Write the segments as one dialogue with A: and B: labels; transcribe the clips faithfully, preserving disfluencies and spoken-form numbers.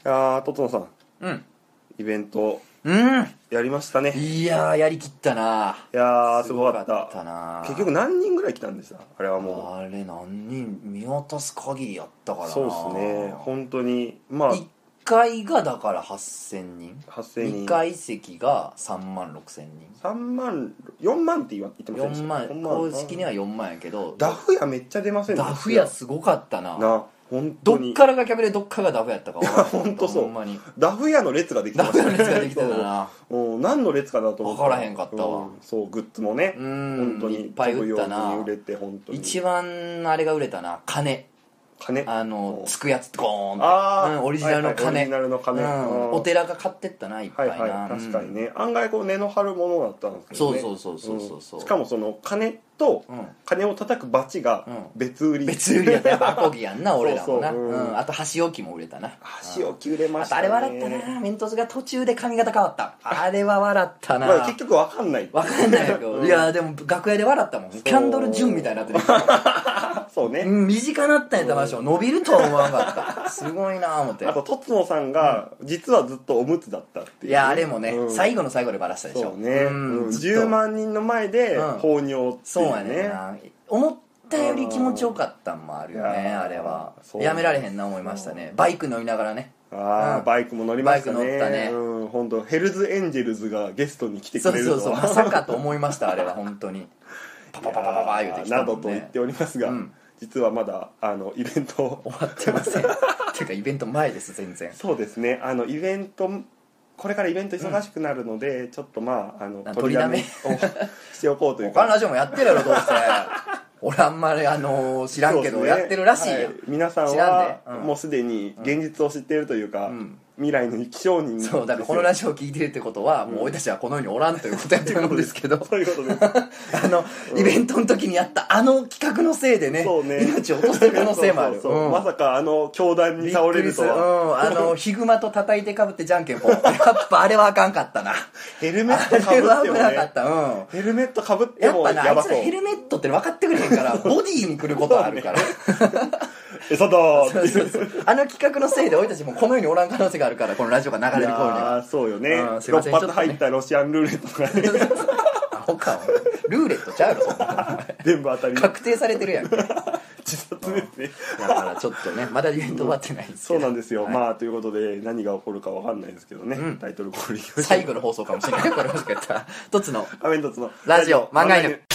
A: やーとつのさん、
B: うん。
A: イベント
B: うん
A: やりましたね。
B: いやー、やりきったな。
A: いやーすごかった。
B: すごかったな。
A: 結局何人ぐらい来たんでしたあれは？も
B: あれ何人見渡す限りやったからな。
A: そうですね、本当に。まあ
B: いっかいがだからはっせんにん、
A: はっせんにん、
B: にかい席がさんまんろくせんにん、
A: さんまんよんまんって言わ言ってませんでした？
B: よんまん、公式にはよんまんやけど、
A: ダフ屋めっちゃ出ませんでした？
B: ダフ屋すごかったな。
A: な、本
B: ど
A: 当に
B: っからが客でどっからがダフやったか分からん。
A: 本当そう
B: ほんまに
A: ダフ屋の列ができて
B: ダ
A: ましたね。
B: フ屋の列ができてたな。
A: そう何の列かなと思った
B: 分からへんかったわ。
A: うんそうグッズもね、
B: うん
A: 本当に
B: いっぱい売ったな。
A: 飛ぶように売れて、本当に
B: 一番あれが売れたな、鐘。
A: 鐘、
B: あのつくやつゴーンって、
A: あー
B: うん、オリジナルの
A: はいはいオリ
B: 鐘、
A: ジナルの鐘、
B: うん、
A: うん
B: お寺が買ってったないっぱな、
A: はいいはい、確かにね、案外こう根の張るものだったんですけどね。
B: そうそうそうそうそう、
A: んしかもその鐘と
B: うん、
A: 鐘を叩くバチが別売り、
B: 別売りやった。やっぱアコギやんな俺らもな。
A: そうそううん
B: うん、あと箸置きも売れたな。
A: 箸置き売れま
B: あ
A: したね。
B: とあれ笑ったな、メントスが途中で髪型変わった。あれは笑ったな。
A: まあ結局わかんない
B: わかんないけど、いやでも楽屋で笑ったもん。キャンドルジュンみたいになってる。
A: そうね、
B: うん、短なったんやった話も伸びるとは思わなかった。すごいな思って。
A: あととつのさんが実はずっとおむつだったっていうね、
B: いやあれもね、
A: うん
B: 最後の最後でバラしたでしょ。
A: そうね、
B: うん
A: じゅうまん人の前で
B: うん
A: 放尿っていうね、
B: そうやねんな。思ったより気持ちよかったんもあるよね、
A: いやー
B: あれは。
A: そう
B: やめられへんな思いましたね。バイク乗りながらね。
A: ああ、
B: うん
A: バイクも乗りましたね。
B: バイク乗ったね
A: うん、本当ヘルズエンジェルズがゲストに来て
B: そう
A: くれるとは
B: そうそう、まさかと思いました、あれは本当に。パパパパパパ言うてきた
A: な
B: もんね。
A: どと言っておりますが、
B: うん
A: 実はまだあのイベント
B: 終わってません。ていうかイベント前です、全然。
A: そうですね、あのイベントこれからイベント忙しくなるので、うん、ちょっとまああの
B: 取りだめ
A: をしておこうという
B: 他の
A: か
B: ラジオもやってるやろどうせ。俺あんまりあのー知らんけど、
A: そうですね、
B: やってるらしいやん、
A: はい、皆さん
B: 知らん
A: は、
B: でうん
A: もうすでに現実を知っているというか、
B: うん
A: 未来の生き証人ですよ。
B: そうだからこのラジオを聞いてるってことは、もう俺たちはこの世におらんということやってるんですけど、
A: そういうことです
B: あの、うん、イベントの時にやったあの企画のせいでね、
A: そうね
B: 命を落とす可能性もある。
A: そうそうそう、うん、まさかあの教団に倒れるとは、
B: うん、あのヒグマと叩いてかぶってじゃんけんぽん。やっぱあれはあかんかったな。
A: ヘルメットかぶっても、ね、
B: あれは危なかった。うん。
A: ヘルメットかぶっても
B: やっぱな、
A: やばそう。
B: あいつらヘルメットって分かってくれへんからボディに来ることあるから。
A: 餌だーって
B: そうそうそう、あの企画のせいで俺たちもこの世におらん可能性があるから、このラジオが流れる頃には。
A: ああそうよね、
B: うん、すいません、
A: ろっぱつ入ったロシアンルーレットがね
B: アホかルーレットちゃうよそんな
A: 全部当たり
B: 確定されてるやん。
A: 自殺ですね。
B: だからちょっとね、まだイベント終わってないんですけど、
A: そうなんですよ、
B: はい、
A: まあということで何が起こるかわかんないですけどね、うん、タイトルコール
B: 最後の放送かもしれないこれもしかしたら一つの
A: アメントツの
B: ラジオ漫画犬。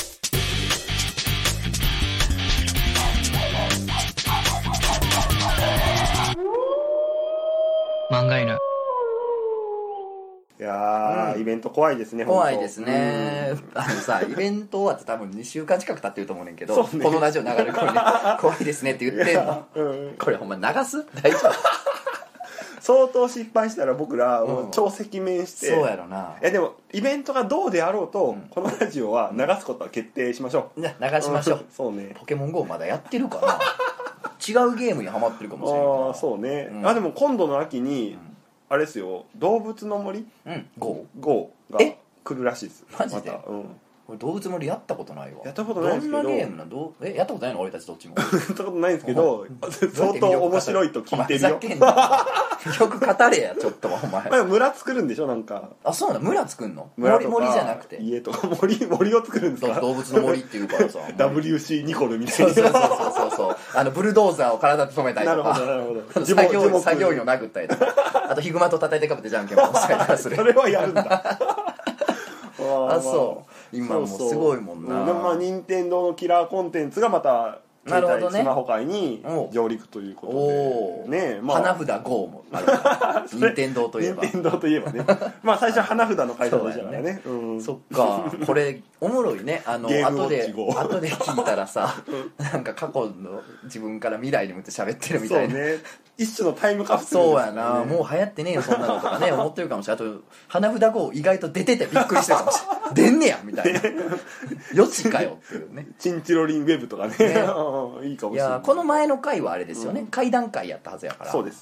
B: 漫画犬。
A: いやー、うん、イベント怖いですね。
B: 怖いですね、うん、あのさイベント終わって多分にしゅうかん近く経ってると思うねんけど、ね、このラジオ流れる頃に怖いですねって言ってんの、うん、これほんま流す大丈夫
A: 相当失敗したら僕らもう超赤面して、
B: うん、そうやろな。
A: いやでもイベントがどうであろうと、うん、このラジオは流すことは決定しましょう。
B: じゃ流しましょう、うん、
A: そうね。
B: ポケモン ゴー まだやってるかな違うゲームにハマってるかもしれない。
A: ああそうね、うん、あでも今度の秋に、うん、あれですよ、動物の森、
B: うん、ゴー
A: ゴー が来るらしいです。
B: マジで、
A: また、うん、
B: 俺動物森やったことないわ。
A: やったことないですけど、
B: どんなゲームなどえやったことないの俺たちどっちも
A: やったことないんですけど相当面白いと聞いてるよ。
B: よく語れやちょっとお前。
A: まあ村作るんでしょなんか。
B: あそうなの、村作るの？
A: 村とか
B: 森森じゃなくて
A: 家とか森森を作るんですか？
B: 動物の森っていうからさ
A: ダブリューシー ニコルみたいな。
B: そうそうそうそうそうあのブルドーザーを体で止めたりとか、
A: なるほどなるほど
B: 作業作業員を殴ったりとか、あとヒグマと叩いてかぶってじゃんけんぽんしたりとかする。
A: それはやるんだ
B: あそう今もうすごいもんな。
A: そうそう、まあ任天堂のキラーコンテンツがまた
B: なるほどね、
A: スマホ界に上陸ということでね、
B: まあ、花札 ゴー もあるから任天堂といえば
A: 任天堂といえばねまあ最初は花札の会社でしたからね。
B: そ, ね、うん、そっかこれおもろいね。あの後で後で聞いたらさなんか過去の自分から未来に向って喋ってるみたいな。
A: そうね、一種のタイムカプセル、
B: ね、そうやな、もう流行ってねえよそんなのとかね思ってるかもしれない。あと花札 ゴー 意外と出ててびっくりしてるかもしれない出んねやみたいなよしかよっていうね。
A: チンチロリンウェブとかね、ねいいかもしれない。
B: いやこの前の回はあれですよね、うん、階段階やったはずやから。
A: そうです、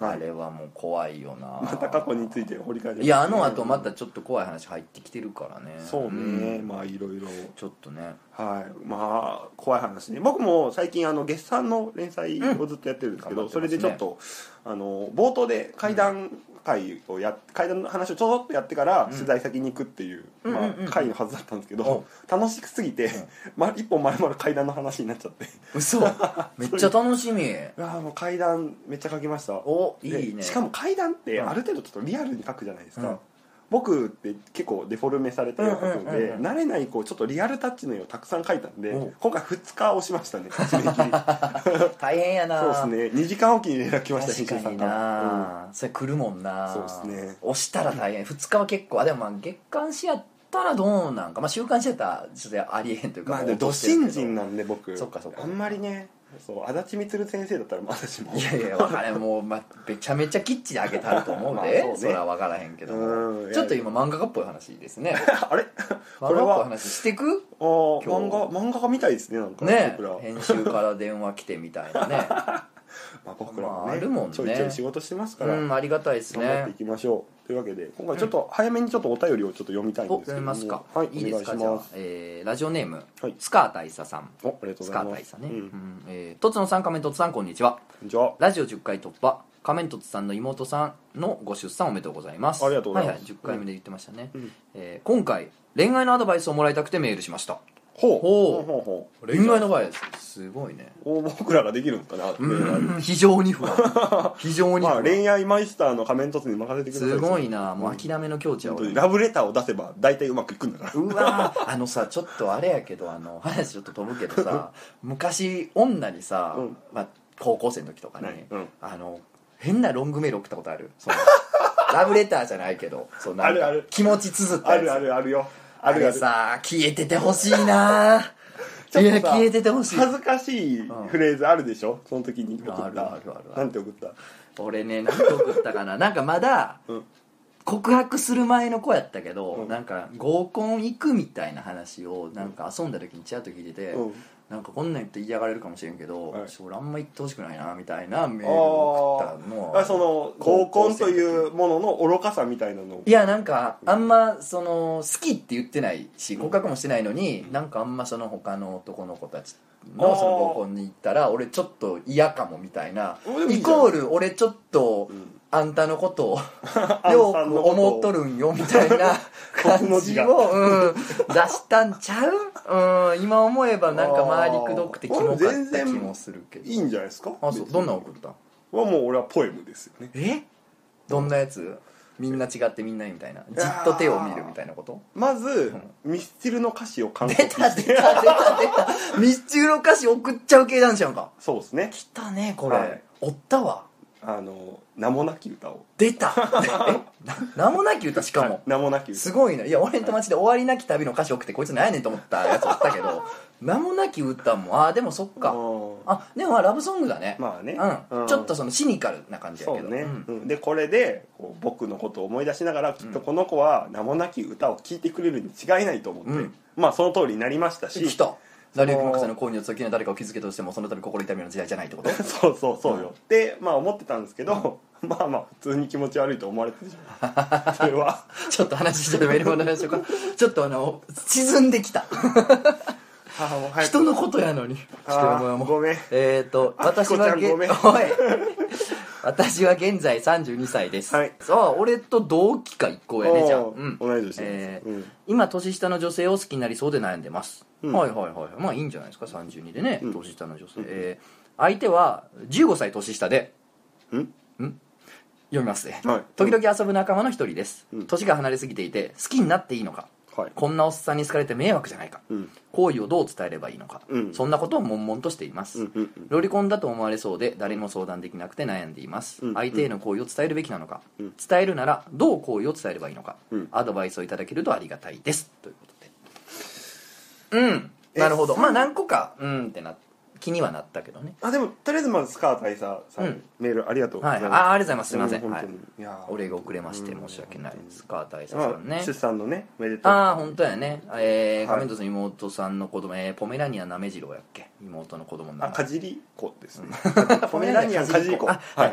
B: あれはもう怖いよな。
A: また過去について掘り返して、
B: いやあの後またちょっと怖い話入ってきてるからね。
A: そうね、
B: ん、
A: まあいろいろ
B: ちょっとね、
A: はいまあ怖い話ね。僕も最近あの月産の連載をずっとやってるんですけど、
B: うん、
A: それでちょっとあの冒頭で怪談会をや怪談の話をちょろっとやってから取材先に行くっていう、
B: うん
A: まあ
B: うんうんうん、
A: 会のはずだったんですけど、
B: うん、
A: 楽しすぎて、うんま、一本丸々怪談の話になっちゃって。
B: 嘘めっちゃ楽しみ。い
A: やもう怪談めっちゃ書きました。
B: おいいね。
A: しかも怪談ってある程度ちょっとリアルに書くじゃないですか、うん、僕って結構デフォルメされた絵を描くので、うんうんうんうん、慣れないこうちょっとリアルタッチの絵をたくさん描いたんで、うん、今回ふつか押しましたね締め切り
B: 大変やな。
A: そうですね、にじかんおきに連絡来ました。
B: 確かにな、うん、それ来るもんな。
A: そうですね、
B: 押したら大変。ふつかは結構、あでもまあ月刊誌やったらどうなんか、まあ週刊誌やったらちょっとありえへんというか、
A: まあでもど新人なんで僕
B: そっかそっか、
A: あんまりね、そう足立満先生だったら私も
B: いやいやあれもう、ま、めちゃめちゃキッチであげたると思うんで、まあ そ, ね、それは分からへんけども、ちょっと今漫画家っぽい話ですね
A: あれ
B: 漫画っぽい話してく
A: あ漫画漫画家みたいですね、なんか
B: ね編集から電話来てみたいなね
A: まあ僕らもね、
B: まあ、あるもんね、
A: ちょいちょい仕事してますから、
B: うん、ありがたいですね。
A: 頑張っていきましょう。というわけで今回ちょっと早めにちょっとお便りをちょっと読みたいんですけども、
B: 読みますか。
A: はい、
B: いいですか。
A: お願いします。
B: じゃあ、えー、ラジオネーム、
A: はい、
B: スカー大佐さん。
A: お、ありがとうございます。
B: スカー大佐ね。
A: うん
B: うんえー、とつのさん、仮面とつさん、こんにちは。
A: こんにちは。
B: ラジオじゅっかい突破。仮面とつさんの妹さんのご出産おめでとうございます。
A: ありがとうございます。
B: はいはい、じゅっかいめで言ってましたね。
A: うん
B: えー、今回恋愛のアドバイスをもらいたくてメールしました。
A: ほう
B: ほう
A: ほうほう
B: 恋愛のアドバイスすごいね。
A: お僕らができるのかな。
B: うん非常に不安非常に不安、
A: まあ、恋愛マイスターの仮面凸に任せてください。
B: すごいな、もう諦めの境地は俺、
A: うん、ラブレターを出せば大体うまくいくんだから。
B: うわあのさちょっとあれやけど、あの話ちょっと飛ぶけどさ昔女にさ、うんまあ、高校生の時とかね、うん、あの変なロングメール送ったことある。そのラブレターじゃないけど、そうなんか気持ち綴ったやつ。
A: あるあるあるよ。
B: あるある。あれさ消えててほしいなちょっとさ消えててほしい。
A: 恥ずかしいフレーズあるでしょ、うん、その時に送った。
B: あるあるある。
A: なんて送った？
B: 俺ね、なんて送ったかななんかまだ、うん、告白する前の子やったけど、うん、なんか合コン行くみたいな話をなんか遊んだ時にちらっと聞いてて、うん、なんかこんなん言って嫌がれるかもしれんけど、はい、俺あんま言ってほしくないなみたいなメールを送ったの。
A: あその合コンというものの愚かさみたいなの。
B: いやなんかあんまその好きって言ってないし告白もしてないのに、うん、なんかあんまその他の男の子たちのその合コンに行ったら俺ちょっと嫌かもみたいな、イコール俺ちょっと、うん、あんたのことをよく思っとるんよみたいな感じを、うん、出したんちゃう、うん、今思えばなんか周りくどくてキモかった気もするけど。
A: いいんじゃないですか。
B: あそうどんな送ったは
A: もう俺はポエムですよね。
B: えどんなやつ？みんな違ってみんないみたいな、じっと手を見るみたいなこと。
A: まず、うん、ミスチルの歌詞を完コピして
B: 出た出た出た出たミスチルの歌詞送っちゃう系なんちゃうか。
A: そうですね。
B: 来たねこれ、はい、おったわ。
A: あの名もなき歌を
B: 出たえ名もなき歌しかも
A: 名もなき歌
B: すごいな。いや俺の友達で終わりなき旅の歌詞送ってこいつ何やねんと思ったやつおったけど名もなき歌もああでもそっか、あでもまあラブソングだね。
A: まあね、
B: うん、ちょっとそのシニカルな感じやけど
A: そうね、うん、でこれでこう僕のことを思い出しながらきっとこの子は名もなき歌を聴いてくれるに違いないと思って、うん、まあその通りになりましたし、
B: 来た成り行き任せの恋に先に誰かを気づけとしてもその度心痛みの時代じゃないってこと
A: そうそうそうよ、うん、でまあ思ってたんですけど、うん、まあまあ普通に気持ち悪いと思われてるじゃんそれは
B: ちょっと話してメールもお願いしようかちょっとあの沈んできたあもう人のことやのに
A: あごめん
B: えっ、ー、と私はげおい私は現在さんじゅうにさいです、はい、さあ俺と同期か一個やね。じゃあ、うん、
A: 同い年、
B: えーうん、今年下の女性を好きになりそうで悩んでます、うん、はいはいはいまあいいんじゃないですか。さんじゅうにでね、うん、年下の女性、うんえー、相手はじゅうごさい年下でんん読みますね、はい、時々遊ぶ仲間の一人です、うん、年が離れすぎていて好きになっていいのか、はい、こんなおっさんに好かれて迷惑じゃないか、うん、好意をどう伝えればいいのか、うん、そんなことを悶々としています、うんうんうん、ロリコンだと思われそうで誰にも相談できなくて悩んでいます、うんうん、相手への好意を伝えるべきなのか、うん、伝えるならどう好意を伝えればいいのか、うん、アドバイスをいただけるとありがたいですということで、うんなるほど。まあ何個かうんってな気にはなったけどね。
A: あでもとりあえずまずスカー大佐さん、うん、メールありがとうございます、
B: はい、あありがとうございます。すいません、うん、
A: はい、
B: いやお礼が遅れまして申し訳ないです。スカー大佐さんね、
A: まあ、出産のねめでとう。
B: ああ本当やね。えー、仮面凸の妹さんの子供、えー、ポメラニアンなめじろうやっけ妹の子供の名前。
A: あかじり子ですねポメラニアンかじり子
B: はい、はい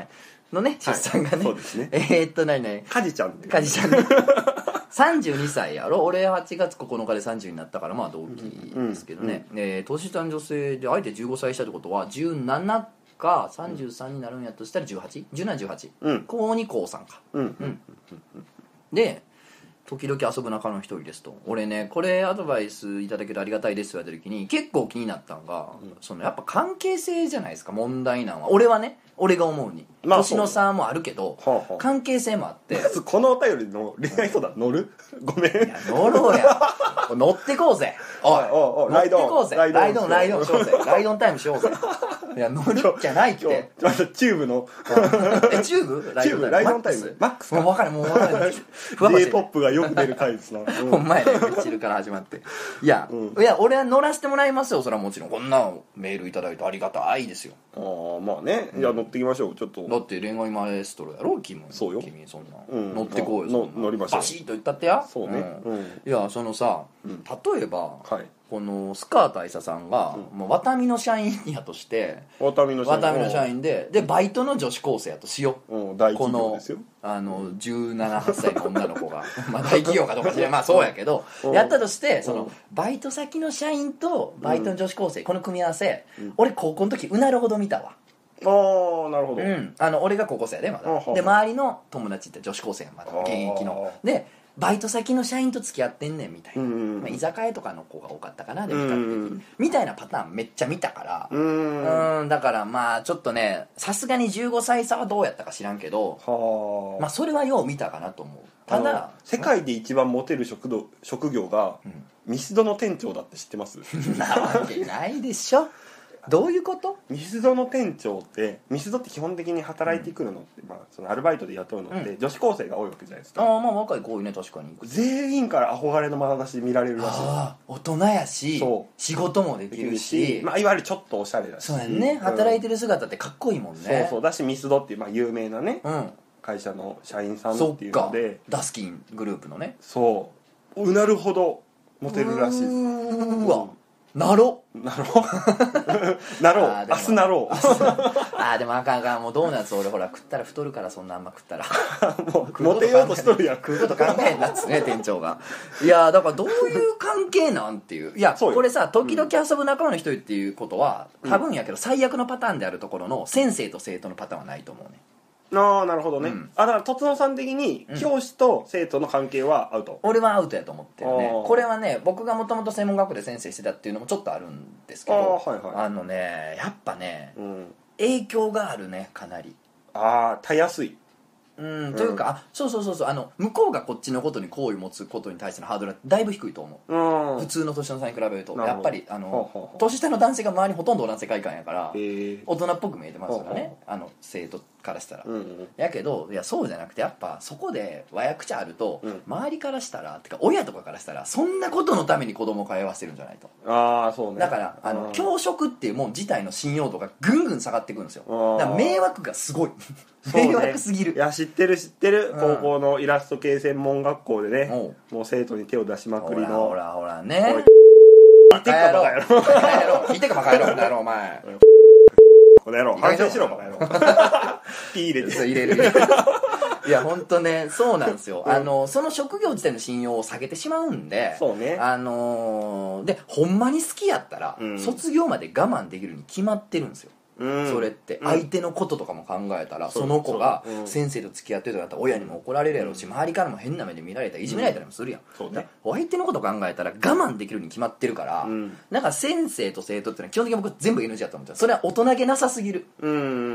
B: のね出産がね、
A: そうですね。
B: えー、っと何々
A: カジちゃんって
B: カジちゃんねさんじゅうにさいやろ。俺はちがつここのかでさんじゅうになったからまあ同期ですけどね、うんうん、えー、年下の女性で相手じゅうごさい下ってことはじゅうななかさんじゅうさんになるんやとしたら じゅうはち?じゅうなな、じゅうはち、うん、高に高さんか、うんうん、で時々遊ぶ仲の一人ですと。俺ねこれアドバイスいただけるとありがたいですって言われた時に結構気になったんが、うん、そのやっぱ関係性じゃないですか問題なんは。俺はね俺が思うに、まあ、年の差もあるけど、はあはあ、関係性もあって
A: まずこのお便りの恋愛相談乗るごめん。いや
B: 乗ろうや乗ってこうぜおい
A: おいおい
B: 乗ってこうぜライドンライドンしようぜライドンタイムしようぜいや乗るじゃないって
A: ちょっとチューブの
B: えチューブ
A: ライドンタイムライドンタイムマックス
B: もう分かるもう分かる J-
A: ポップ がよく出る回ですな、うん、
B: ほんまやねミチルから始まっていや、うん、いや俺は乗らせてもらいますよそれはもちろん。こんなメールいただいてありがたいですよ。
A: ああまあね、うん、いや乗っていきましょうちょっと。
B: だって恋愛マエストロやろ君。
A: そうよ
B: 君そんな、
A: うん、
B: 乗ってこうよ。
A: 乗りましょう。
B: バシッと言ったってや。
A: そうね、
B: うんうん、いやそのさ、うん、例えば、
A: はい、
B: このスカー大佐さんが、うん、もうワタミの社員やとして
A: ワタミの社員
B: ワタミの社員ででバイトの女子高生やとしよう、
A: うん、大企業ですよ。
B: あのじゅうなな、はっさいの女の子がまあ大企業かどうか知らないまあそうやけど、うん、やったとしてそのバイト先の社員とバイトの女子高生、うん、この組み合わせ、うん、俺高校の時うなるほど見たわ。
A: ああなるほど、
B: うん、あの俺が高校生やでまだで周りの友達って女子高生やまだ現役のでバイト先の社員と付き合ってんねんみたいな、うんうん、まあ、居酒屋とかの子が多かったかなで見たって、うんうん、みたいなパターンめっちゃ見たから、うんうんだからまあちょっとねさすがにじゅうごさい差はどうやったか知らんけど、はまあそれはよう見たかなと思う。ただ
A: 世界で一番モテる職業、職業が、うん、ミスドの店長だって知ってます？
B: なわけないでしょどういうこと？
A: ミスドの店長ってミスドって基本的に働いてくるのって、うんまあ、そのアルバイトで雇うのって、うん、女子高生が多いわけじゃないですか。
B: ああまあ若い子多いね確かに。
A: 全員から憧れの眼差しで見られるらしい。
B: ああ大人やしそう仕事もできるし、
A: まあ、いわゆるちょっとおしゃれだし
B: そうやね、うん、働いてる姿ってかっこいいもんね。
A: そうそうだしミスドっていう、まあ、有名なね、うん、会社の社員さんっていうので
B: ダスキングループのね
A: そううなるほどモテるらしいです。
B: うわ、うんなろ
A: なろなろう明日なろう
B: ああでもあかんあかんもうドーナツ俺ほら食ったら太るからそんなあんま食ったら
A: もうモテようとしとるやん
B: 食うこと考えんなっつね店長が。いやだからどういう関係なんっていういやこれさ時々遊ぶ仲間の一人っていうことは、うん、多分やけど最悪のパターンであるところの先生と生徒のパターンはないと思うね。
A: ああなるほどね、うん、あだからとつのさん的に教師と生徒の関係はアウト、
B: うん、俺はアウトやと思ってるね。これはね僕がもともと専門学校で先生してたっていうのもちょっとあるんですけど あ,、はいはい、あのねやっぱね、うん、影響があるねかなり。
A: ああたやすい
B: うんというか、うん、あそうそうそうそうあの向こうがこっちのことに好意を持つことに対してのハードルはだいぶ低いと思う、うん、普通の年の差に比べるとやっぱりあのほうほうほう年下の男性が周りにほとんど同じ世界観やから大人っぽく見えてますからねほうほうあの生徒からしたら、うんうん、やけどいやそうじゃなくてやっぱそこで和訳ちゃあると、うん、周りからしたらてか親とかからしたらそんなことのために子供を通わせてるんじゃないと。
A: ああそうね。
B: だからあの教職っていうもん自体の信用度がぐんぐん下がっていくんですよ。だから迷惑がすごい迷惑すぎる、
A: ね、いや知ってる知ってる、うん、高校のイラスト系専門学校でねもう生徒に手を出しまくりの
B: ほらほらほらね
A: バカ野郎
B: バカ野郎聞いてかバカ野郎バカ野郎お前
A: この野郎反省しろバカ野郎ピー入れて
B: 入れる入れるいや本当ねそうなんですよ、うん、あのその職業自体の信用を下げてしまうんで
A: そうね
B: あのー、でほんまに好きやったら、うん、卒業まで我慢できるに決まってるんですよ、うん、それって相手のこととかも考えたら、うん、その子が先生と付き合ってるとかだったら親にも怒られるやろうし、うん、周りからも変な目で見られたりいじめられたりもするやん、うんそうね、相手のこと考えたら我慢できるに決まってるから、うん、なんか先生と生徒ってのは基本的に僕全部 エヌジー だと思ってる。それは大人げなさすぎる、うん、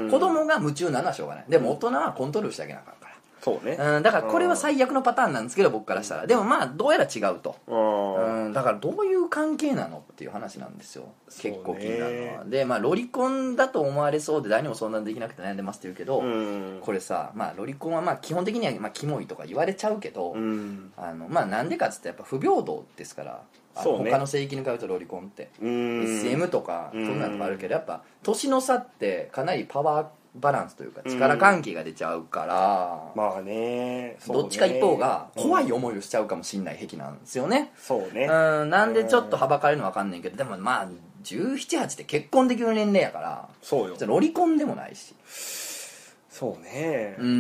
B: 子供が夢中なのはしょうがない。でも大人はコントロールしてあげなあかんから
A: そうね、
B: うん、だからこれは最悪のパターンなんですけど僕からしたらでもまあどうやら違うと、うん、だからどういう関係なのっていう話なんですよ結構気になるのは。でまあロリコンだと思われそうで誰にも相談できなくて悩んでますって言うけど、うん、これさ、まあ、ロリコンはまあ基本的にはまあキモいとか言われちゃうけど、うん、あのまあなんでかっつってやっぱ不平等ですからそう、ね、他の聖域に通うとロリコンって エスエム とかそんなのがあるけどやっぱ年の差ってかなりパワーバランスというか力関係が出ちゃうから、
A: うん、まあね、そうね
B: どっちか一方が怖い思いをしちゃうかもしれない癖なんですよね。
A: そうね、
B: うんなんでちょっとはばかれるのは分かんないけどでもまあじゅうなな、はちって結婚できる年齢やから
A: そうよ
B: ロリコンでもないし
A: そうね、
B: うん、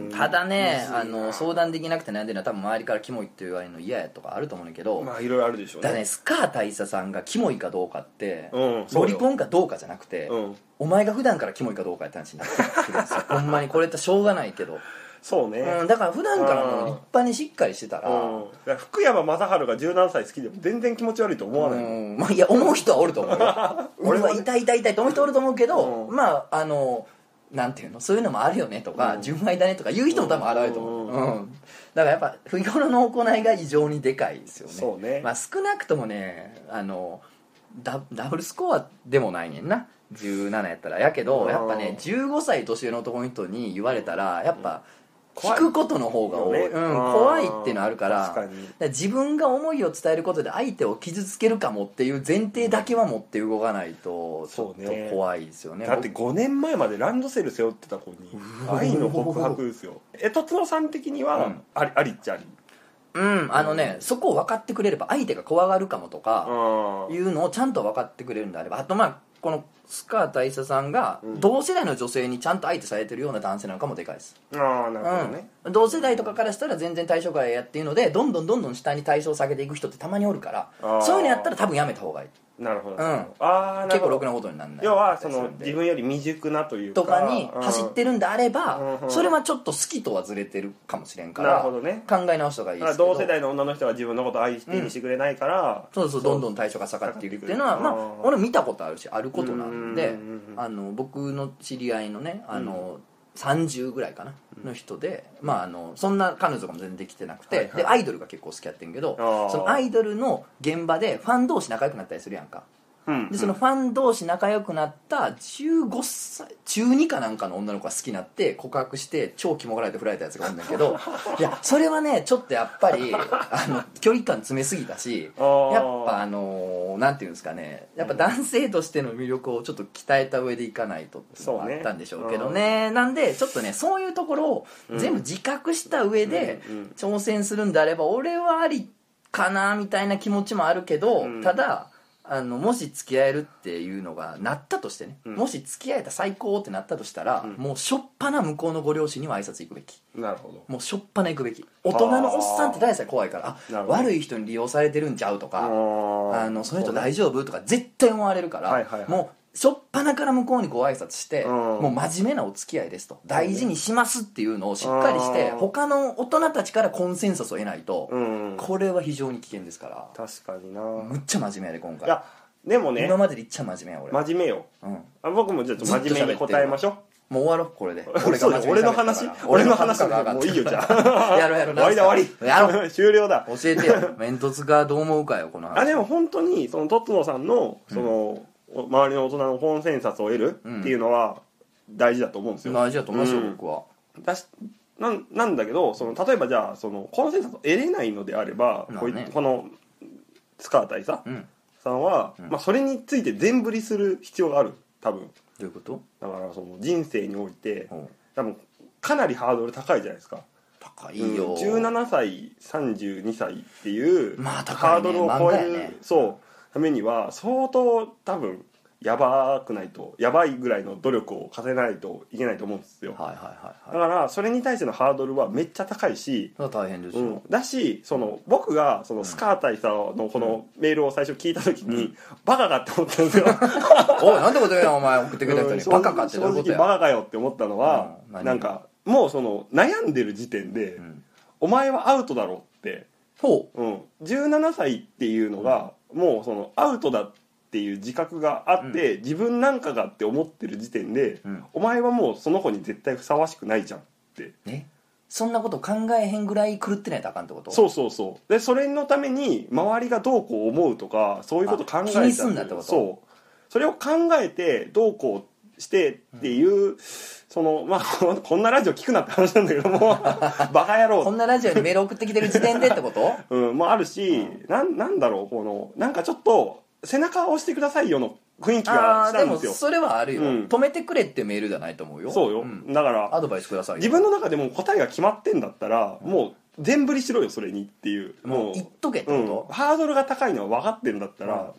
B: ただねあの相談できなくて悩んでるのは多分周りからキモいって言われるの嫌やとかあると思うんだけど、
A: まあいろいろあるでしょうね。
B: だからねスカー大佐さんがキモいかどうかって、
A: うん、
B: ロリコンかどうかじゃなくて、
A: うん、
B: お前が普段からキモいかどうかって話になってくるんですよほんまにこれってしょうがないけど
A: そうね、
B: うん、だから普段からもう立派にしっかりしてたら、うん、だから
A: 福山雅治がじゅうななさい好きでも全然気持ち悪いと思わない、
B: うん、まあ、いや思う人はおると思うよ俺は痛い痛い痛いと思う人おると思うけど、うん、まああのなんていうのそういうのもあるよねとか、うん、純愛だねとか言う人も多分現れると思う、うんうん、だからやっぱ日頃の行いが異常にでかいですよね。
A: そうね、
B: まあ、少なくともねあの ダ, ダブルスコアでもないねんなじゅうななやったらやけどやっぱねじゅうごさい年上の男の人に言われたらやっぱ、うん聞くことの方が多い、ね、うん、怖いっていうのあるから
A: 確かに、
B: だから自分が思いを伝えることで相手を傷つけるかもっていう前提だけは持って動かないとちょっと怖いですよね。
A: だってごねんまえまでランドセル背負ってた子に愛の告白ですよ。えとつのさん的には、うん、ありありっちゃあり。
B: うんあのね、うん、そこを分かってくれれば相手が怖がるかもとかいうのをちゃんと分かってくれるんであれば、あとまあこのスカー大佐さんが同世代の女性にちゃんと相手されてるような男性なのかもでかいです。
A: ああなるほどね、
B: うん、同世代とかからしたら全然対象外やっていうのでどんどんどんどん下に対象を下げていく人ってたまにおるからそういうのやったら多分やめた方がいい。
A: なるほど、
B: うん、あ結構ろくなことにならない。
A: 要はその自分より未熟なというか
B: とかに走ってるんであれば、うん、それはちょっと好きとはずれてるかもしれんから、
A: なるほど、ね、
B: 考え直した方がいいですけど、
A: 同世代の女の人が自分のことを愛してにしてくれないから、
B: うん、そうそうどんどん対象が下がっていくっていうのはまあ俺見たことあるしあることなんで、あの僕の知り合いのねあの、うんさんじゅうぐらいかなの人で、まあ、あのそんな彼女とかも全然できてなくて、はいはい、でアイドルが結構好きやってんけどそのアイドルの現場でファン同士仲良くなったりするやんか、うん、でそのファン同士仲良くなったじゅうごさいちゅうにかなんかの女の子が好きになって告白して超キモがられて振られたやつがおるんだけどいやそれはねちょっとやっぱりあの距離感詰めすぎたしやっぱあのなんていうんですかねやっぱ男性としての魅力をちょっと鍛えた上でいかないとっていうのがあったんでしょうけどね、なんでちょっとねそういうところを全部自覚した上で挑戦するんであれば俺はありかなみたいな気持ちもあるけど、うん、ただあのもし付き合えるっていうのがなったとしてね、うん、もし付き合えた最高ってなったとしたら、うん、もうしょっぱな向こうのご両親には挨拶行くべき。
A: なるほど。
B: もうしょっぱな行くべき。大人のおっさんって大体怖いからあ悪い人に利用されてるんちゃうとかあのその人大丈夫とか絶対思われるから、はいはいはい、もうしょっぱなから向こうにご挨拶して、うん、もう真面目なお付き合いですと大事にしますっていうのをしっかりして他の大人たちからコンセンサスを得ないと、うん、これは非常に危険ですから。
A: 確かにな。
B: むっちゃ真面目やで今回。
A: いやでもね
B: 今まででいっちゃ真面目や俺。
A: 真面目よ、うん、あ僕もじゃあ真面目に答えましょ
B: う。もう終わろうこれで。
A: 俺が俺の話俺の話がもういいよじゃあ
B: やろうやろう
A: 終わりだ終わり
B: やろう
A: 終了だ。
B: 教えてよメントツがどう思うかよこの話。
A: あでも本当にそのとつのさんのその、うん、周りの大人のコンセンサスを得るっていうのは大事だと思うんですよ。
B: 大事だと思いますよ、うん、僕は。
A: だしな ん, なんだけどその例えばじゃあそのコンセンサスを得れないのであれば、まあね、こ, このスカー大佐、うんさんは、うんまあ、それについて全振りする必要がある多分。
B: どういうこと？
A: だからその人生において、うん、多分かなりハードル高いじゃないですか。
B: 高いよ、
A: うん、じゅうななさいさんじゅうにさいっていう、
B: まあ
A: ハードルを超える、
B: ね、
A: そうためには相当多分やばくないとやばいぐらいの努力を重ねないといけないと思うんですよ、
B: はいはいはいはい、
A: だからそれに対してのハードルはめっちゃ高いし
B: 大変ですよ、うん、
A: だしその僕がそのスカー大佐のこのメールを最初聞いた時に、うん、バカかって思ったんですよ
B: おいなんてこと言うのお前送ってくれた人に、うん、バカかってどういうことや。
A: 正直バカかよって思ったのは、うん、なんかもうその悩んでる時点で、うん、お前はアウトだろって
B: ほ
A: う、うん、じゅうななさいっていうのが、うん、もうそのアウトだっていう自覚があって、うん、自分なんかがって思ってる時点で、うん、お前はもうその子に絶対ふさわしくないじゃんって
B: ね。そんなこと考えへんぐらい狂ってないとあかんってこと？
A: そうそうそうでそれのために周りがどうこう思うとかそういうこと考えた
B: 気にすんだってこと？
A: そうそれを考えてどうこうしてっていう、うん、そのまあこんなラジオ聞くなって話なんだけどもバカ野郎
B: こんなラジオにメール送ってきてる時点でってこと？
A: うんもあるし、うん、な, なんだろうこのなんかちょっと背中を押してくださいよの雰囲気がしたんですよ。
B: でもそれはあるよ、うん、止めてくれってメールじゃないと思うよ。
A: そうよ、うん、だから
B: アドバイスくださいよ。
A: 自分の中でも答えが決まってんだったら、うん、もう全振りしろよそれにっていう。
B: もう言っとけってこと、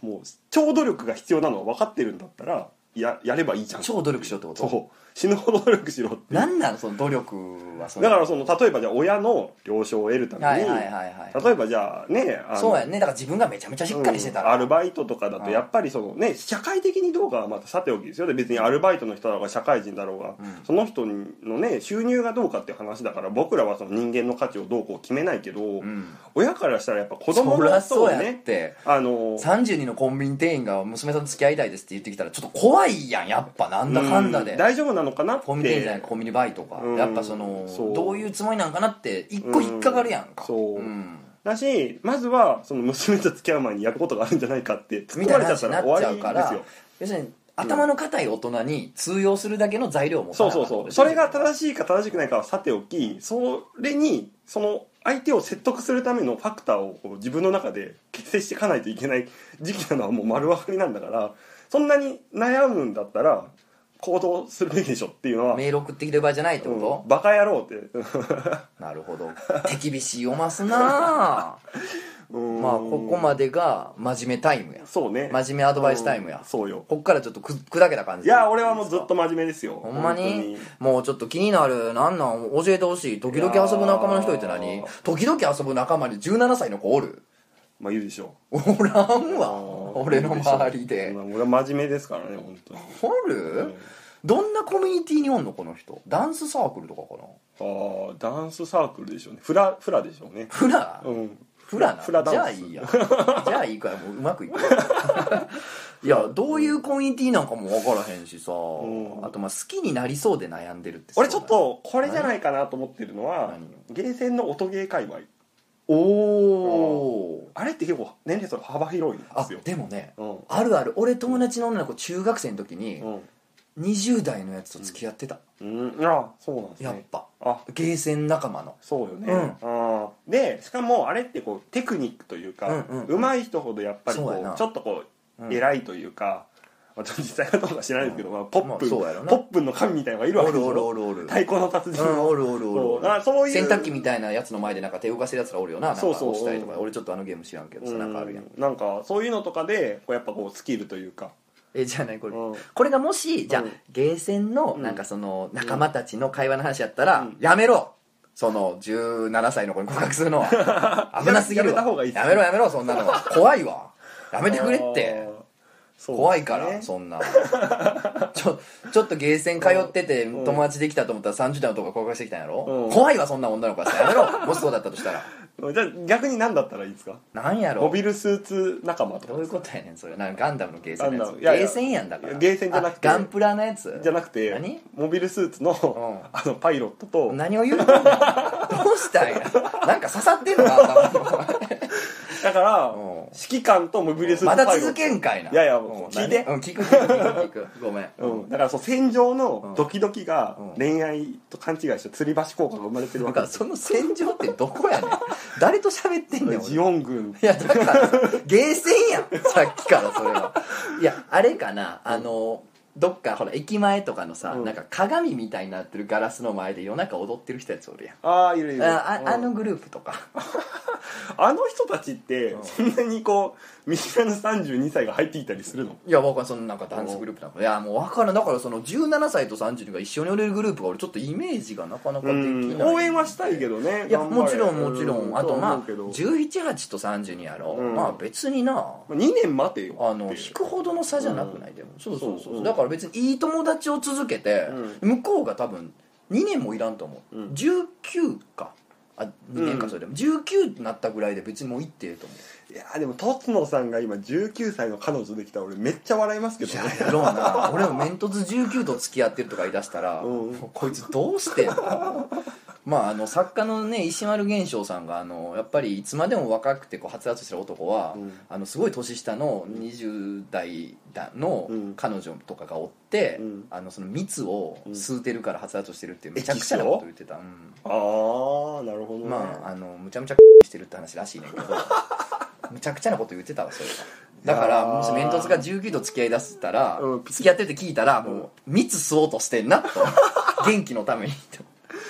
A: うん、ハードルが高いのは分かってるんだったら、うん、もう超努力が必要なのは分かってるんだったらややればいいじゃん。
B: 超努力しろってこと？
A: そう死ぬほど努力しろって。
B: なんなのその努力は。そ
A: だからその例えばじゃあ親の了承を得るために、
B: はいはいはいはい、
A: 例えばじゃあねあの
B: そうやね、だから自分がめちゃめちゃしっかりしてたら、
A: うん、アルバイトとかだとやっぱりそのね社会的にどうかはまたさておきですよね。別にアルバイトの人だろうが社会人だろうが、うん、その人のね収入がどうかっていう話だから、僕らはその人間の価値をどうこう決めないけど、うん、親からしたらやっぱ子供の
B: そうやねって
A: あの
B: さんじゅうにのコンビニ店員が娘さんと付き合いたいですって言ってきたらちょっと怖いやん、やっぱなんだかんだで、うん、
A: 大丈夫なのかなって。
B: コンビニ店員じゃないコンビニバイトか、うん、やっぱそのどういうつもりなんかなって一個引っかかるやんか、うん、そう、うん、
A: だしまずはその娘と付き合う前にやることがあるんじゃないかって突っ込まれちゃったら終わりですよ。
B: 要するに頭の固い大人に通用するだけの材料を持たなかった、
A: そうそうそう、それが正しいか正しくないかはさておき、それにその相手を説得するためのファクターをこう自分の中で結成していかないといけない時期なのはもう丸分かりなんだから、そんなに悩むんだったら行動するべきでしょっていうのは。
B: メール送ってきてる場合じゃないってこと、
A: うん、バカ野郎って
B: なるほど、手厳しい読ますなまあここまでが真面目タイムや。
A: そうね、
B: 真面目アドバイスタイムや。
A: そうよ。
B: こっからちょっとく砕けた感じ。
A: いや俺はもうずっと真面目ですよ。
B: ほんまにもうちょっと気になる、なんなん教えてほしい。時々遊ぶ仲間の人って何？時々遊ぶ仲間にじゅうななさいの子おる？
A: まあいるでしょ
B: う。おらんわ俺の周りで。
A: 俺は真面目ですからね本当に。
B: おる？うん、どんなコミュニティにおんのこの人？ダンスサークルとかかな？
A: ああダンスサークルでしょうね。フラフラでしょうね。
B: フラ？
A: うん。
B: フラな
A: フラダンス。
B: じゃあいいやじゃあいいからもううまくいくいやどういうコミュニティなんかも分からへんしさ、うん、あとまあ好きになりそうで悩んでるって。
A: 俺ちょっとこれじゃないかなと思ってるのはゲーセンの音ゲー界隈。
B: おお、
A: あれって結構年齢層幅広いんですよ。
B: あでもね、
A: うん、
B: あるある。俺友達の女の子中学生の時に、うん、にじゅう代のやつと付き合ってた。
A: うん、うん、あそうなんですね。
B: やっぱあゲーセン仲間の。
A: そうよね、うん、あでしかもあれってこうテクニックというか、うんうんうん、上手い人ほどやっぱりこうちょっとこう、うん、偉いというか、まあ、実際はどうか知らないですけど、うんまあ、ポップ、まあ、ポップの神みたいなのがいるわけですよ。
B: おるおるおるおる。
A: 太鼓の達人の、
B: うん、おるおるおるおる。
A: そうそういう
B: 洗濯機みたいなやつの前でなんか手動かせるやつがおるよな。なんか
A: そうそう
B: 押したりとか。俺ちょっとあのゲーム知らんけどさ、なんかあるやん。
A: なんかそういうのとかでこうやっぱこうスキルというか。
B: えじゃあねこれ、
A: うん、
B: これがもしじゃあ、うん、ゲーセンのなんかその仲間たちの会話の話やったら、うん、やめろそのじゅうななさいの子に告白するのは危なすぎるわ。
A: やめた方がいいっす。
B: やめろやめろそんなのは怖いわ。やめてくれって、怖いからそんなちょちょっとゲーセン通ってて友達できたと思ったらさんじゅう代の男が告白してきたんやろ、うん、怖いわそんな女の子はさ。やめろもしそうだったとしたら
A: じゃあ逆に何だったらいいですか？
B: なんやろ
A: モビルスーツ仲間とか。
B: どういうことやねんそれ。なんかガンダムのゲーセンのやつ。
A: いやいや
B: ゲーセンやんだから。
A: ゲーセンじゃなくて
B: ガンプラのやつ
A: じゃなくて
B: 何
A: モビルスーツの、うん、あのパイロットと
B: 何を言うのどうしたんやなんか刺さってんのか
A: だから、うん、指揮官とモビルスーツ
B: まだ続けんかいな。
A: いやいやもう聞いて、
B: うん、聞く聞く聞くごめん、
A: うん、だからそう戦場のドキドキが恋愛と勘違いして吊り橋効果が生まれてるわけ。
B: だからその戦場ってどこやねん誰と喋ってんねん
A: ジオン軍。
B: いやだからゲーセンやんさっきからそれは。いやあれかな、あのどっかほら駅前とかのさ、うん、なんか鏡みたいになってるガラスの前で夜中踊ってる人やつおるやん。
A: ああいるいる。
B: あ, あ, あのグループとか
A: あの人たちってそんなにこう見知らぬさんじゅうにさいが入ってきたりするの？
B: いや僕はそのなんかダンスグループなんかいやもう分からん。だからそのじゅうななさいとさんじゅうにが一緒に踊れるグループが俺ちょっとイメージがなかなかできない。
A: 応援はしたいけどね。
B: いやもちろんもちろん。あとまあじゅうなな、はちとさんじゅうにやろ、うん、まあ別にな
A: にねん待てよ
B: あの引くほどの差じゃなくない、うん、でもそうそうそう、うん、だから別にいい友達を続けて、うん、向こうが多分にねんもいらんと思う、うん、じゅうきゅうかあにねんかそれでも、うん、じゅうきゅうになったぐらいで別にもういってええと思う。
A: いやでもとつのさんが今じゅうきゅうさいの彼女できたら俺めっちゃ笑いますけどね。
B: いややろうな俺もメントツじゅうきゅうと付き合ってるとか言い出したら、うん、こいつどうしてんのまああの作家のね石丸源章さんがあのやっぱりいつまでも若くてこうはつらつしてる男は、うん、あのすごい年下のにじゅう代の彼女とかがおって、うん、あのその蜜を吸うてるからはつらつしてるっていうめちゃくちゃなこと言ってた、うん、
A: ああなるほどね。
B: まああのむちゃむちゃしてるって話らしいねんけどむちゃくちゃなこと言ってたわそれは。だからもしメントツがじゅうきゅうと付き合いだしたら、うん、付き合ってって聞いたらもう蜜吸おうとしてんなと元気のためにと。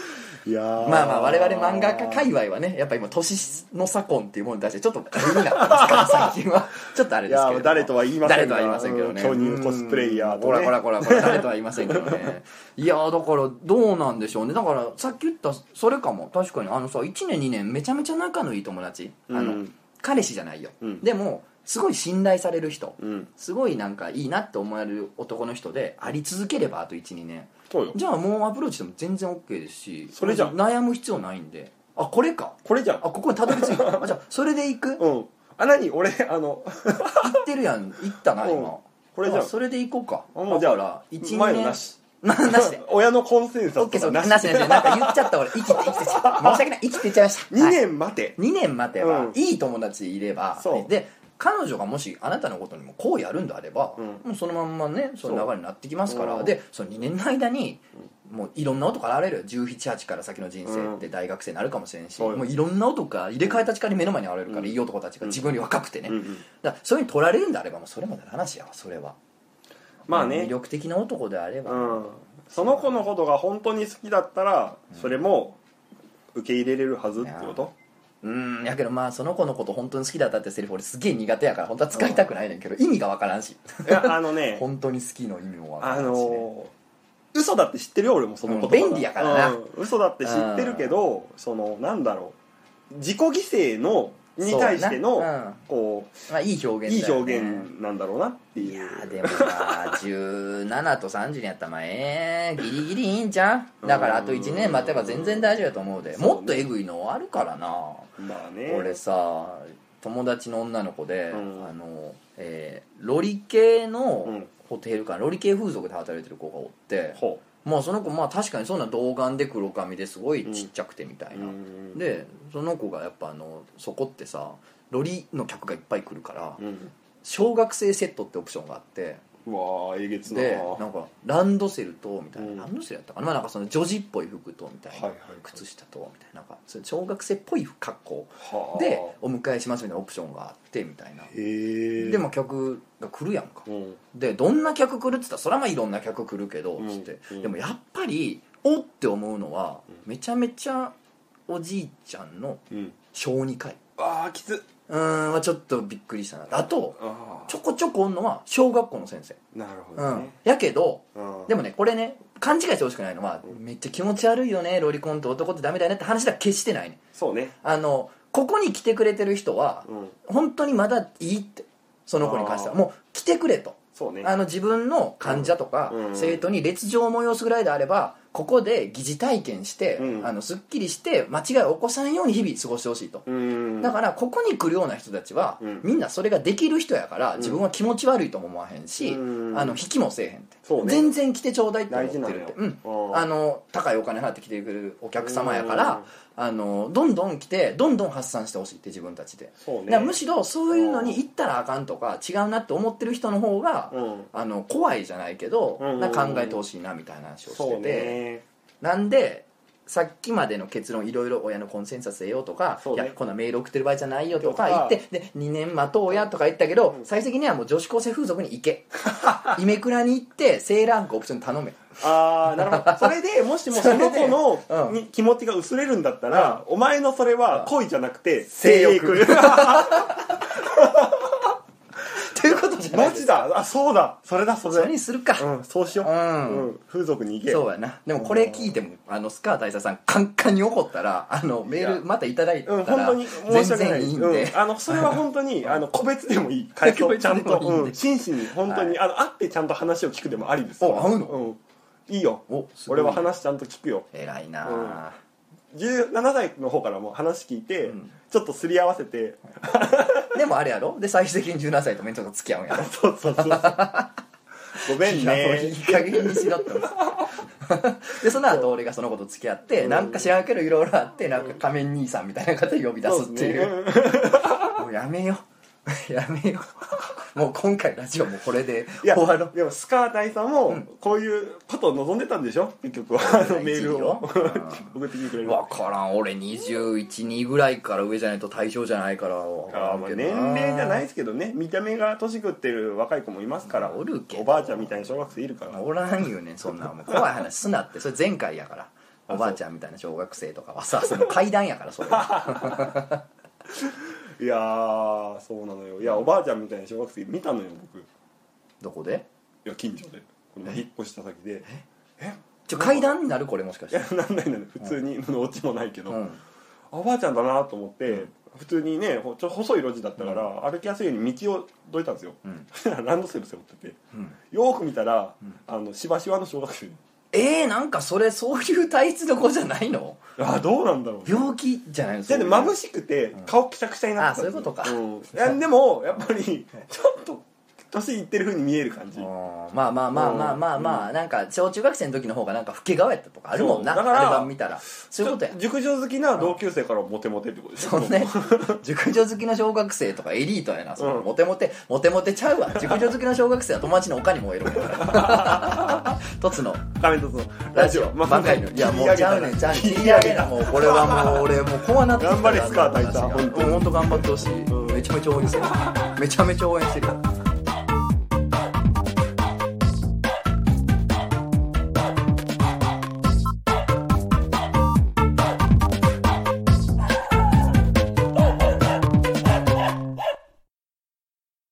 A: いや
B: まあまあ我々漫画家界隈はねやっぱ今年の左近っていうものに対してちょっと無になってますから最近はちょっとあれですけど、
A: いや誰とは言いません
B: 誰とは言いませんけどね、
A: 巨乳コスプレイヤーとね、
B: こらこらこらこら誰とは言いませんけどねいやだからどうなんでしょうね。だからさっき言ったそれかも。確かにあのさいちねんにねんめちゃめちゃ仲のいい友達、あの、うん、彼氏じゃないよ、うん、でもすごい信頼される人、うん、すごいなんかいいなって思える男の人であり続ければあと いちにねん、そうよ。じゃあもうアプローチでも全然 OK ですし、それじゃ悩む必要ないんで、あこれか
A: これじゃん、
B: あここにたどり着いたあじゃあそれで行く、
A: うん、あ何俺あの
B: 行ってるやん、行ったな今、うん、これじゃあそれで行こうか。もうじゃあいちにねん前のなしなしで
A: 親のコンセンサスとかなし
B: なしでなんか言っちゃった俺生きて生きて申し訳ない生きてっちゃいました
A: にねん待て、
B: はい、にねん待てば、うん、いい友達いればで彼女がもしあなたのことにも好意あるんであれば、うん、もうそのまんまねその流れになってきますから、でそのにねんの間にもういろんな男から現れるよ。じゅうなな、はちから先の人生って大学生になるかもしれんし、うん、もういろんな男が入れ替え立ちから目の前に現れるから、うん、いい男たちが自分より若くてね、うんうん、だからそういうに取られるんであればもうそれまでの話やわ。それはまあね魅力的な男であれば、
A: うん、その子のことが本当に好きだったら、うん、それも受け入れれるはずってこと？
B: うんやけどまあその子のこと本当に好きだったってセリフ俺すげえ苦手やから本当は使いたくないねんけど意味がわからんし、
A: いやあのね
B: 本当に好きの意味もわからんし、ね、
A: あのー、嘘だって知ってるよ俺もそのこと、
B: うん、便利やからな、
A: うん、嘘だって知ってるけど、そのなんだろう自己犠牲のに対しての、うん、こう、まあ、
B: いい表現
A: だよね、いい表現なんだろうなっていう。
B: いやでもまあじゅうななとさんじゅうにやったらまあええー、ギリギリいいんちゃう。だからあといちねん待てば全然大丈夫やと思うで、うもっとえぐいのあるからな。
A: まあね、
B: 俺さ友達の女の子で、うん、あのえー、ロリ系のホテルかな、ロリ系風俗で働いてる子がおって、うんまあその子まあ確かにそんな童顔で黒髪ですごいちっちゃくてみたいな、うん、でその子がやっぱあのそこってさロリの客がいっぱい来るから、うん、小学生セットってオプションがあって、
A: うわーえげつな。
B: でなんかランドセルとみたいな、うん、ランドセルやったかな、まあなんかその女児っぽい服とみたいな、はいはいはい、靴下とみたいな、なんか小学生っぽい格好でお迎えしますみたいなオプションがあってみたいな。へでも客が来るやんか、うん、でどんな客来るって言ったらそれはまあいろんな客来るけどつって、うんうん、でもやっぱりおって思うのは、うん、めちゃめちゃおじいちゃんの小児科医、
A: うん、ああきつ
B: うーんはちょっとびっくりしたな。あとちょこちょこおんのは小学校の先生。
A: なるほどね、
B: うん、やけど、うん、でもねこれね勘違いしてほしくないのは、うん、めっちゃ気持ち悪いよねロリコンって男ってダメだよねって話では決してないね。
A: そうね、
B: あのここに来てくれてる人は、うん、本当にまだいいって、その子に関してはもう来てくれと。そうね、あの自分の患者とか生徒に劣情を催すぐらいであればここで疑似体験して、うん、あのすっきりして間違いを起こさないように日々過ごしてほしいと。だからここに来るような人たちは、うん、みんなそれができる人やから自分は気持ち悪いとも思わへんし、うん、あの引きもせえへんって、ね、全然来てちょうだいって思ってるって、うん、あの高いお金払って来てくれるお客様やからあのどんどん来てどんどん発散してほしいって自分たちで。そうね、だからむしろそういうのに行ったらあかんとか違うなって思ってる人の方が、うん、あの怖いじゃないけど、うん、なんか考えてほしいなみたいな話をしてて、ね、なんでさっきまでの結論いろいろ親のコンセンサス得ようとか、ね、いやこんなメール送ってる場合じゃないよとか言ってでにねん待とうやとか言ったけど、うん、最終的にはもう女子高生風俗に行けイメクラに行ってセーラー服オプション頼め。
A: ああなるほど。それでもしもその子の、うん、気持ちが薄れるんだったら、うん、お前のそれは恋じゃなくて性欲っていうことじゃないですか。マジだ。あそうだそれだそれ
B: それにするか、
A: うん、そうしよう、うんうん、風俗に行けよ。
B: そうやな。でもこれ聞いてもあのスカー大佐さんカンカンに怒ったらあのメールまたいただいたら、うん、本当に
A: 申し訳ない、全然いいんで、うん、あのそれは本当にあの個別でもいい回答ちゃんと、うん、真摯に本当に、はい、あの会ってちゃんと話を聞くでもありです。
B: お会うの、
A: うんいいよ。俺は話ちゃんと聞くよ。
B: 偉いな、うん、
A: じゅうななさいの方からも話聞いて、うん、ちょっとすり合わせて
B: でもあれやろで最終的にじゅうななさいと面とか付き合うんやろ
A: そうそうそうごめんね
B: いい加減にしろってでその後俺がその子と付き合って、うん、なんか知らんけどいろいろあってなんか仮面兄さんみたいな方呼び出すっていう、ね、もうやめよやめよもう今回ラジオもこれで終わろう。
A: でもスカー大さんもこういうことを望んでたんでしょ結局はあのメールを送ってきてくれる。
B: 分からん俺にじゅういち、にぐらいから上じゃないと対象じゃないから分からんけど。
A: 年齢じゃないですけどね見た目が年食ってる若い子もいますから。
B: おるけど
A: おばあちゃんみたいな小学生いるから。
B: おらんよねそんなもう怖い話すなってそれ前回やからおばあちゃんみたいな小学生とかはさ、その階段やからそれ
A: いやーそうなのよ。いやおばあちゃんみたいな小学生見たのよ僕。
B: どこで？
A: いや近所で、この引っ越した先で。
B: えちょ階段になるこれもしかして。
A: いやなんないなんない普通に、うん、オチもないけど、うん、おばあちゃんだなと思って、うん、普通にねちょっと細い路地だったから、うん、歩きやすいように道をどいたんですよ、うん、そしたらランドセル背負ってて、うん、よーく見たら、うん、あのしばしばの小学生。
B: えー、なんかそれそういう体質の子じゃないの？
A: あどうなんだろう、ね、
B: 病気じゃないの？
A: だって眩しくて顔くしゃくしゃになってたんですよ、
B: うん、あそういうことか、
A: うん、いやでもやっぱりちょっと年いってる風に見える感じ。
B: まあまあまあまあまあまあ、うん、なんか小中学生の時の方がなんか老け顔やったとかあるもんな。だからアルバム見たらそういうことや。
A: 熟女好きな同級生からモテモテってことでしょ。
B: そうね熟女好きな小学生とかエリートやなその、うん、モテモテモテモテちゃうわ。熟女好きな小学生は友達の丘に燃えるもんトツの
A: 仮面凸の
B: ラジオバカいの。いやもうちゃうねんちゃうねん切り上げな。もうこれはもう俺もうこうなってきた。
A: 頑張れスカータイさん
B: 本当頑張ってほしい、うん、めちゃめちゃ応援してるめちゃめちゃ応援してる